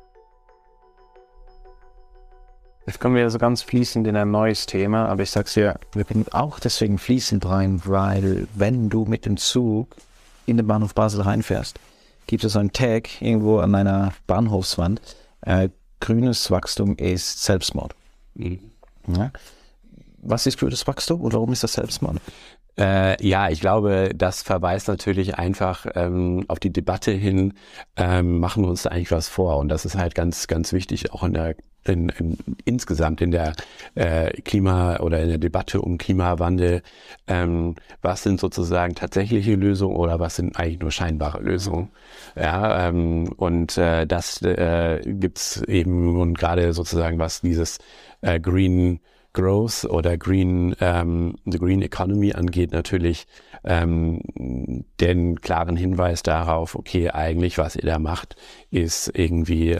Jetzt kommen wir so ganz fließend in ein neues Thema, aber ich sag's dir, wir gehen auch deswegen fließend rein, weil wenn du mit dem Zug in den Bahnhof Basel reinfährst, gibt es so einen Tag irgendwo an einer Bahnhofswand, grünes Wachstum ist Selbstmord. Mhm. Ja? Was ist grünes Wachstum oder warum ist das Selbstmord? Ich glaube, das verweist natürlich einfach auf die Debatte hin, machen wir uns da eigentlich was vor, und das ist halt ganz, ganz wichtig, auch insgesamt in der Klima- oder in der Debatte um Klimawandel. Was sind sozusagen tatsächliche Lösungen oder was sind eigentlich nur scheinbare Lösungen? Ja, das gibt's eben, und gerade sozusagen was dieses Green Growth oder the Green Economy angeht, natürlich den klaren Hinweis darauf, okay, eigentlich was ihr da macht, ist irgendwie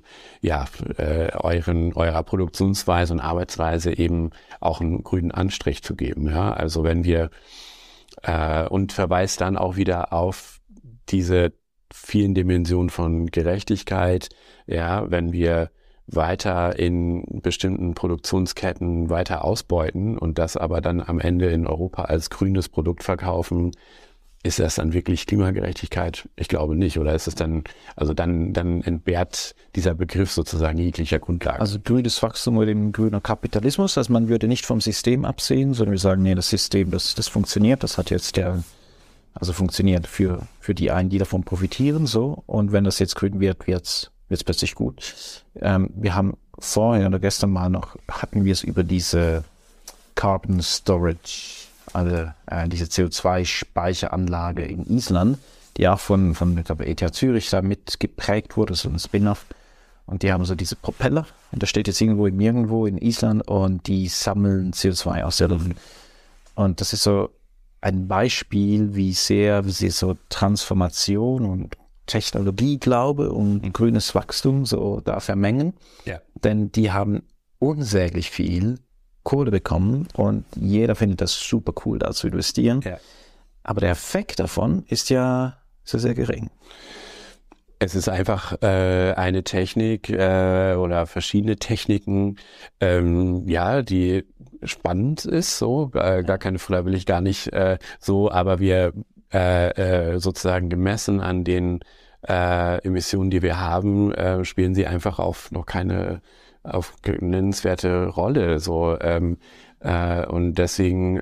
eurer Produktionsweise und Arbeitsweise eben auch einen grünen Anstrich zu geben. Ja, also wenn wir und verweist dann auch wieder auf diese vielen Dimensionen von Gerechtigkeit, ja, wenn wir weiter in bestimmten Produktionsketten weiter ausbeuten und das aber dann am Ende in Europa als grünes Produkt verkaufen, ist das dann wirklich Klimagerechtigkeit? Ich glaube nicht. Oder ist es dann, also dann entbehrt dieser Begriff sozusagen jeglicher Grundlage. Also grünes Wachstum oder eben grüner Kapitalismus, also man würde nicht vom System absehen, sondern wir sagen, nee, das System, das funktioniert, das hat jetzt funktioniert für die einen, die davon profitieren, so. Und wenn das jetzt grün wird, wird's plötzlich gut. Wir haben vorher oder gestern mal hatten wir es über diese Carbon Storage, also diese CO2-Speicheranlage in Island, die auch von ich glaube, ETH Zürich da mit geprägt wurde, so ein Spin-off. Und die haben so diese Propeller, und das steht jetzt irgendwo in Island, und die sammeln CO2 aus der Luft. Und das ist so ein Beispiel, wie sehr so Transformation und Technologieglaube und grünes Wachstum so da vermengen. Ja. Denn die haben unsäglich viel Kohle bekommen und jeder findet das super cool, da zu investieren. Ja. Aber der Effekt davon ist ja sehr, sehr gering. Es ist einfach eine Technik oder verschiedene Techniken, die spannend ist, so, gar keine Frage, will ich gar nicht so, aber wir sozusagen gemessen an den Emissionen, die wir haben, spielen sie einfach auf nennenswerte Rolle, so, und deswegen,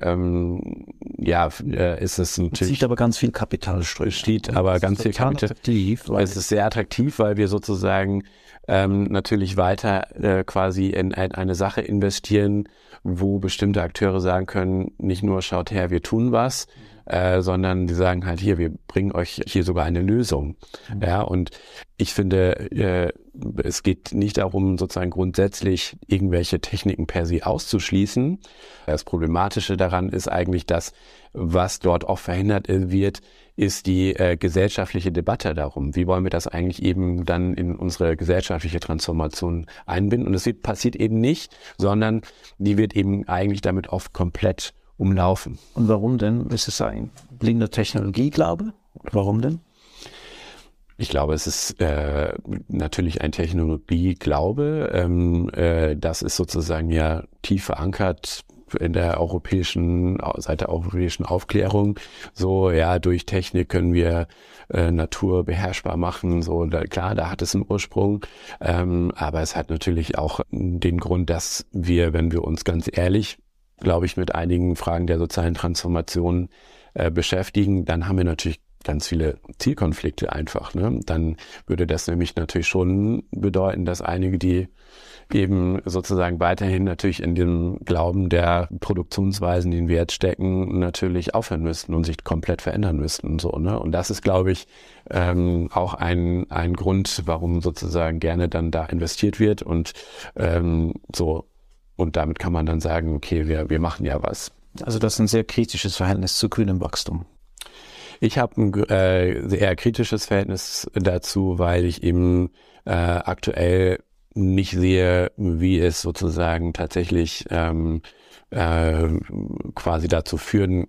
ist es natürlich. Sieht aber ganz viel Kapitalströme. Steht aber ganz viel Kapital. Es ist sehr attraktiv, weil wir sozusagen natürlich weiter quasi in eine Sache investieren, wo bestimmte Akteure sagen können, nicht nur schaut her, wir tun was, sondern die sagen halt hier, wir bringen euch hier sogar eine Lösung. Ja, und ich finde, es geht nicht darum, sozusagen grundsätzlich irgendwelche Techniken per se auszuschließen. Das Problematische daran ist eigentlich, dass was dort oft verhindert wird, ist die gesellschaftliche Debatte darum. Wie wollen wir das eigentlich eben dann in unsere gesellschaftliche Transformation einbinden? Und es passiert eben nicht, sondern die wird eben eigentlich damit oft komplett umlaufen. Und warum denn? Ist es ein blinder Technologieglaube? Warum denn? Ich glaube, es ist natürlich ein Technologieglaube. Das ist sozusagen ja tief verankert seit der europäischen Aufklärung. So, ja, durch Technik können wir Natur beherrschbar machen. So, klar, da hat es einen Ursprung. Aber es hat natürlich auch den Grund, dass wir, wenn wir uns ganz ehrlich, glaube ich, mit einigen Fragen der sozialen Transformation beschäftigen, dann haben wir natürlich ganz viele Zielkonflikte einfach. Ne? Dann würde das nämlich natürlich schon bedeuten, dass einige, die eben sozusagen weiterhin natürlich in dem Glauben der Produktionsweisen den Wert stecken, natürlich aufhören müssten und sich komplett verändern müssten und so. Ne? Und das ist, glaube ich, auch ein Grund, warum sozusagen gerne dann da investiert wird und so. Und damit kann man dann sagen, okay, wir machen ja was. Also das ist ein sehr kritisches Verhältnis zu grünem Wachstum. Ich habe ein sehr kritisches Verhältnis dazu, weil ich eben aktuell nicht sehe, wie es sozusagen tatsächlich quasi dazu führen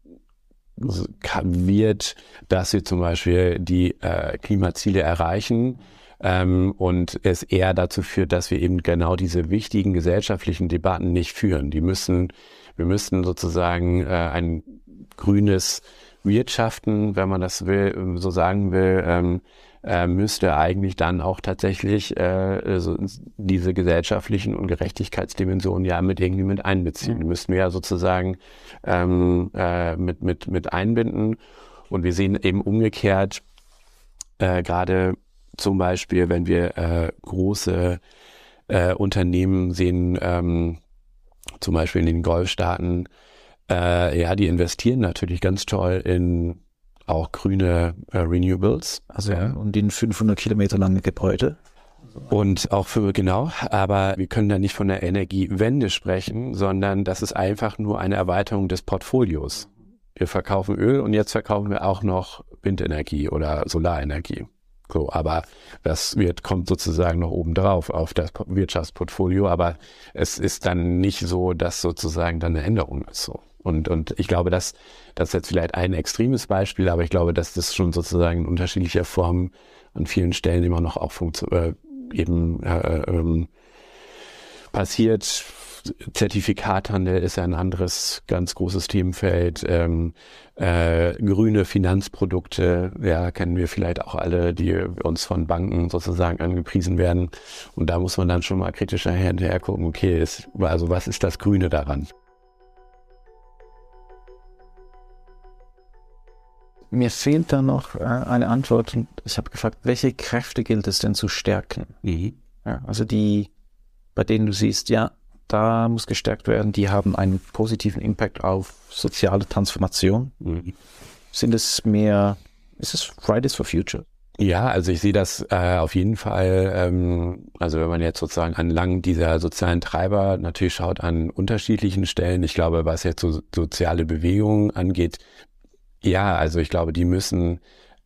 wird, dass wir zum Beispiel die Klimaziele erreichen. Und es eher dazu führt, dass wir eben genau diese wichtigen gesellschaftlichen Debatten nicht führen. Wir müssen sozusagen ein grünes Wirtschaften, wenn man das so sagen will, müsste eigentlich dann auch tatsächlich diese gesellschaftlichen und Gerechtigkeitsdimensionen ja mit einbeziehen. Die müssten wir ja sozusagen mit einbinden. Und wir sehen eben umgekehrt gerade zum Beispiel, wenn wir große Unternehmen sehen, zum Beispiel in den Golfstaaten, die investieren natürlich ganz toll in auch grüne Renewables. Also und in 500 Kilometer lange Gebäude. Und auch aber wir können da nicht von der Energiewende sprechen, sondern das ist einfach nur eine Erweiterung des Portfolios. Wir verkaufen Öl und jetzt verkaufen wir auch noch Windenergie oder Solarenergie. So, aber das kommt sozusagen noch oben drauf auf das Wirtschaftsportfolio, aber es ist dann nicht so, dass sozusagen dann eine Änderung ist so. Und ich glaube, das ist jetzt vielleicht ein extremes Beispiel, aber ich glaube, dass das schon sozusagen in unterschiedlicher Form an vielen Stellen immer noch auch passiert. Zertifikathandel ist ja ein anderes ganz großes Themenfeld. Grüne Finanzprodukte, ja, kennen wir vielleicht auch alle, die uns von Banken sozusagen angepriesen werden. Und da muss man dann schon mal kritischer hinterher gucken, okay, also was ist das Grüne daran? Mir fehlt da noch eine Antwort und ich habe gefragt, welche Kräfte gilt es denn zu stärken? Ja, also die, bei denen du siehst, ja, da muss gestärkt werden, die haben einen positiven Impact auf soziale Transformation. Ist es Fridays for Future? Ja, also ich sehe das auf jeden Fall, also wenn man jetzt sozusagen anlang dieser sozialen Treiber natürlich schaut an unterschiedlichen Stellen, ich glaube, was jetzt so soziale Bewegungen angeht, ja, also ich glaube, die müssen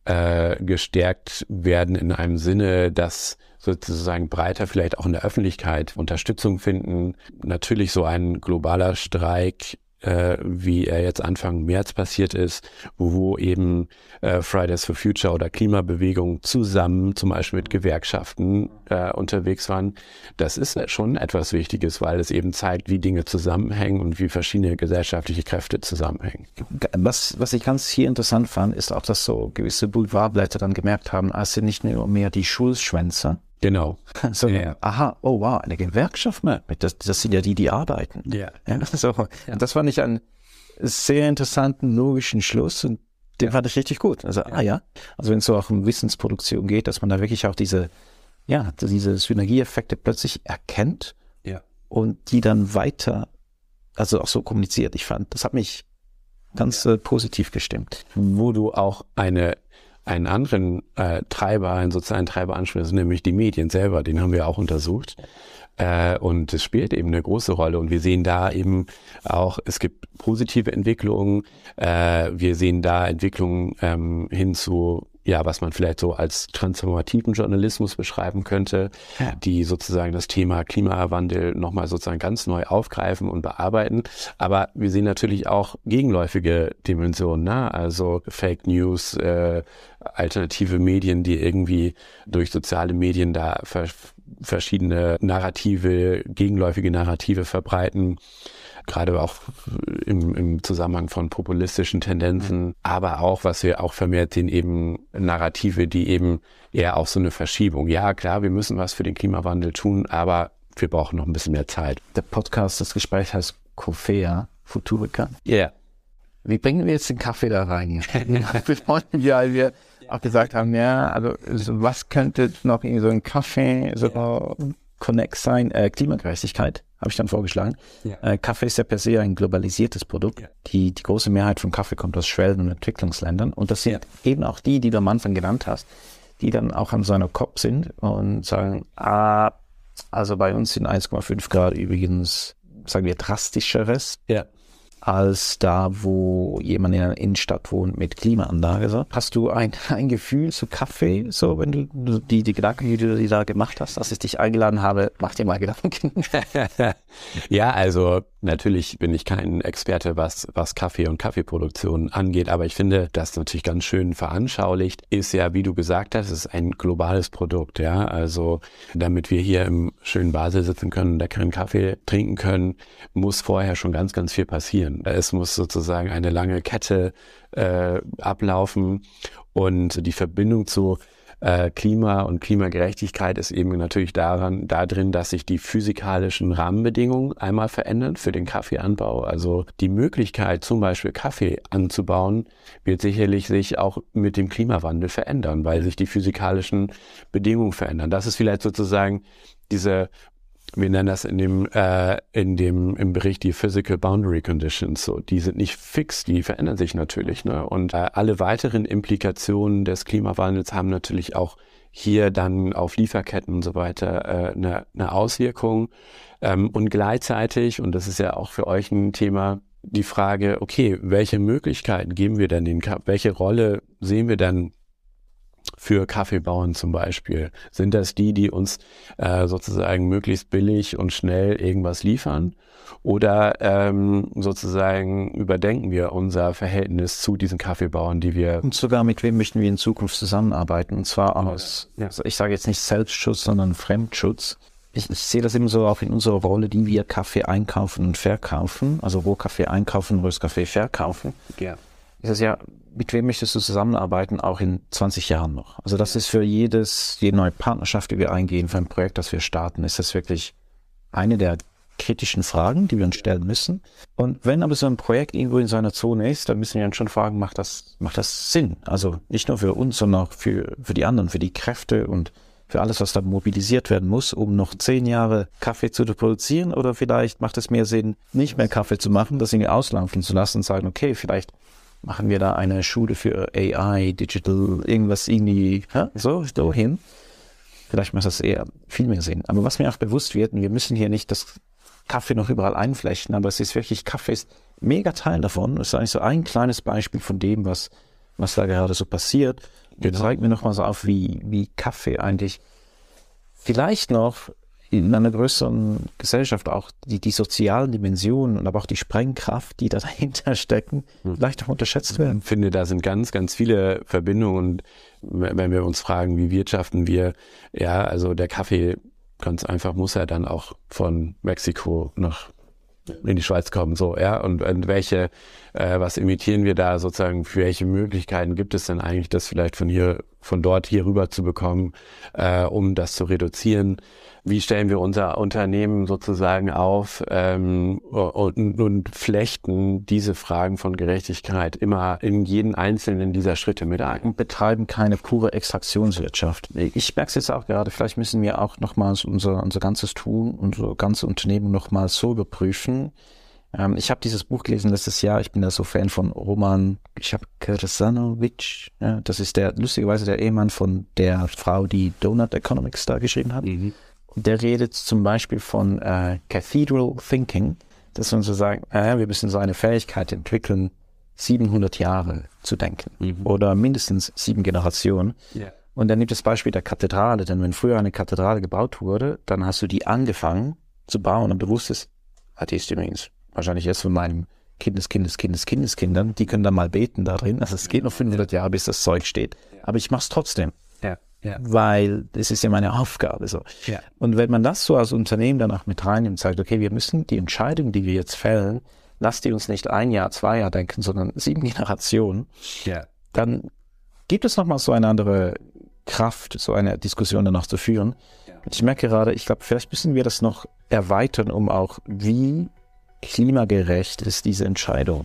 gestärkt werden in einem Sinne, dass sozusagen breiter vielleicht auch in der Öffentlichkeit Unterstützung finden. Natürlich so ein globaler Streik, wie er jetzt Anfang März passiert ist, wo eben Fridays for Future oder Klimabewegungen zusammen, zum Beispiel mit Gewerkschaften unterwegs waren. Das ist schon etwas Wichtiges, weil es eben zeigt, wie Dinge zusammenhängen und wie verschiedene gesellschaftliche Kräfte zusammenhängen. Was ich ganz hier interessant fand, ist auch, dass so gewisse Boulevardblätter dann gemerkt haben, es sind nicht nur mehr die Schulschwänzer. Genau. So, aha, oh wow, eine Gewerkschaft mehr. Das sind ja die arbeiten. Ja. Und das fand ich einen sehr interessanten, logischen Schluss und den fand ich richtig gut. Also, also wenn es so auch um Wissensproduktion geht, dass man da wirklich auch diese Synergieeffekte plötzlich erkennt und die dann weiter, also auch so kommuniziert. Ich fand, das hat mich ganz positiv gestimmt. Wo du auch einen anderen einen sozialen Treiber ansprichst, nämlich die Medien selber, den haben wir auch untersucht. Und es spielt eben eine große Rolle und wir sehen da eben auch, es gibt positive Entwicklungen, wir sehen da Entwicklungen hin zu, was man vielleicht so als transformativen Journalismus beschreiben könnte, die sozusagen das Thema Klimawandel nochmal sozusagen ganz neu aufgreifen und bearbeiten. Aber wir sehen natürlich auch gegenläufige Dimensionen, also Fake News, alternative Medien, die irgendwie durch soziale Medien da verschiedene gegenläufige Narrative verbreiten. Gerade auch im Zusammenhang von populistischen Tendenzen, aber auch, was wir auch vermehrt sehen, eben Narrative, die eben eher auch so eine Verschiebung. Ja, klar, wir müssen was für den Klimawandel tun, aber wir brauchen noch ein bisschen mehr Zeit. Der Podcast, das Gespräch heißt Coffea Futurica. Ja. Yeah. Wie bringen wir jetzt den Kaffee da rein? wir auch gesagt haben, also was könnte noch in so ein Kaffee Connect sein? Klimagerechtigkeit habe ich dann vorgeschlagen. Kaffee ist ja per se ein globalisiertes Produkt. Die große Mehrheit von Kaffee kommt aus Schwellen- und Entwicklungsländern. Und das sind eben auch die du am Anfang genannt hast, die dann auch an so einer COP sind und sagen, also bei uns sind 1,5 Grad übrigens, sagen wir, drastischeres. Als da, wo jemand in einer Innenstadt wohnt mit Klimaanlage. So. Hast du ein Gefühl zu Kaffee, so wenn du die Gedanken, die du da gemacht hast, als ich dich eingeladen habe, mach dir mal Gedanken. Ja, also natürlich bin ich kein Experte, was Kaffee und Kaffeeproduktion angeht, aber ich finde, das natürlich ganz schön veranschaulicht, ist ja, wie du gesagt hast, es ist ein globales Produkt, also damit wir hier im schönen Basel sitzen können und leckeren Kaffee trinken können, muss vorher schon ganz, ganz viel passieren. Es muss sozusagen eine lange Kette ablaufen und die Verbindung zu Klima und Klimagerechtigkeit ist eben natürlich darin, dass sich die physikalischen Rahmenbedingungen einmal verändern für den Kaffeeanbau. Also die Möglichkeit, zum Beispiel Kaffee anzubauen, wird sicherlich sich auch mit dem Klimawandel verändern, weil sich die physikalischen Bedingungen verändern. Das ist vielleicht sozusagen wir nennen das im Bericht die Physical Boundary Conditions. So, die sind nicht fix, die verändern sich natürlich. Ne? Und alle weiteren Implikationen des Klimawandels haben natürlich auch hier dann auf Lieferketten und so weiter eine Auswirkung. Und gleichzeitig, und das ist ja auch für euch ein Thema, die Frage, okay, welche Möglichkeiten geben wir denn welche Rolle sehen wir denn für Kaffeebauern zum Beispiel? Sind das die uns sozusagen möglichst billig und schnell irgendwas liefern? Oder sozusagen überdenken wir unser Verhältnis zu diesen Kaffeebauern, die wir... Und sogar mit wem möchten wir in Zukunft zusammenarbeiten? Und zwar aus, also ich sage jetzt nicht Selbstschutz, sondern Fremdschutz. Ich sehe das immer so auch in unserer Rolle, die wir Kaffee einkaufen und verkaufen, also Rohkaffee einkaufen, Röstkaffee verkaufen. Ja. Ist das ja, mit wem möchtest du zusammenarbeiten, auch in 20 Jahren noch? Also das ist für jede neue Partnerschaft, die wir eingehen, für ein Projekt, das wir starten, ist das wirklich eine der kritischen Fragen, die wir uns stellen müssen. Und wenn aber so ein Projekt irgendwo in seiner Zone ist, dann müssen wir uns schon fragen, macht das Sinn? Also nicht nur für uns, sondern auch für die anderen, für die Kräfte und für alles, was da mobilisiert werden muss, um noch 10 Jahre Kaffee zu produzieren, oder vielleicht macht es mehr Sinn, nicht mehr Kaffee zu machen, das irgendwie auslaufen zu lassen und sagen, okay, vielleicht machen wir da eine Schule für AI, Digital, irgendwas irgendwie, so hin. Vielleicht macht das eher viel mehr Sinn. Aber was mir auch bewusst wird, und wir müssen hier nicht das Kaffee noch überall einflechten, aber es ist wirklich, Kaffee ist mega Teil davon. Es ist eigentlich so ein kleines Beispiel von dem, was da gerade so passiert. Genau. Zeigt mir nochmal so auf, wie Kaffee eigentlich vielleicht noch in einer größeren Gesellschaft auch die sozialen Dimensionen und aber auch die Sprengkraft, die da dahinter stecken, vielleicht auch unterschätzt werden. Ich finde, da sind ganz, ganz viele Verbindungen. Und wenn wir uns fragen, wie wirtschaften wir, ja, also der Kaffee, ganz einfach, muss er dann auch von Mexiko nach in die Schweiz kommen, so, ja, und was imitieren wir da sozusagen, für welche Möglichkeiten gibt es denn eigentlich, das vielleicht von dort hier rüber zu bekommen, um das zu reduzieren? Wie stellen wir unser Unternehmen sozusagen auf und flechten diese Fragen von Gerechtigkeit immer in jeden einzelnen dieser Schritte mit ein? Und betreiben keine pure Extraktionswirtschaft. Ich merke es jetzt auch gerade, vielleicht müssen wir auch nochmals unser ganzes Tun, unsere ganze Unternehmen nochmals so überprüfen. Ich habe dieses Buch gelesen letztes Jahr, ich bin da so Fan von Roman Krasanovic, ja, das ist lustigerweise der Ehemann von der Frau, die Donut Economics da geschrieben hat. Mhm. Der redet zum Beispiel von Cathedral Thinking, dass man so sagt, wir müssen so eine Fähigkeit entwickeln, 700 Jahre zu denken oder mindestens 7 Generationen. Yeah. Und dann nimmt das Beispiel der Kathedrale, denn wenn früher eine Kathedrale gebaut wurde, dann hast du die angefangen zu bauen und du wusstest, die ist übrigens wahrscheinlich jetzt von meinem Kindeskindern, die können dann mal beten da drin, also es geht noch 500 Jahre, bis das Zeug steht, aber ich mach's trotzdem. Ja. Weil das ist ja meine Aufgabe. So. Ja. Und wenn man das so als Unternehmen dann auch mit reinnimmt und sagt, okay, wir müssen die Entscheidung, die wir jetzt fällen, lasst die uns nicht 1 Jahr, 2 Jahre denken, sondern 7 Generationen, dann gibt es nochmal so eine andere Kraft, so eine Diskussion danach zu führen. Ja. Ich merke gerade, ich glaube, vielleicht müssen wir das noch erweitern, um auch, wie klimagerecht ist diese Entscheidung.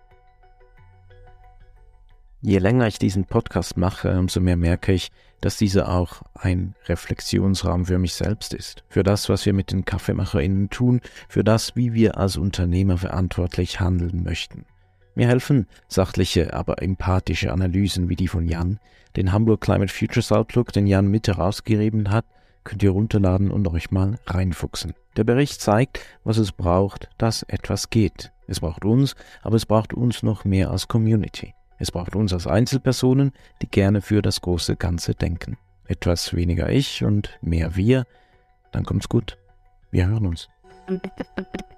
Je länger ich diesen Podcast mache, umso mehr merke ich, dass dieser auch ein Reflexionsraum für mich selbst ist. Für das, was wir mit den KaffeemacherInnen tun, für das, wie wir als Unternehmer verantwortlich handeln möchten. Mir helfen sachliche, aber empathische Analysen wie die von Jan. Den Hamburg Climate Futures Outlook, den Jan mit herausgegeben hat, könnt ihr runterladen und euch mal reinfuchsen. Der Bericht zeigt, was es braucht, dass etwas geht. Es braucht uns, aber es braucht uns noch mehr als Community. Es braucht uns als Einzelpersonen, die gerne für das große Ganze denken. Etwas weniger ich und mehr wir, dann kommt's gut. Wir hören uns.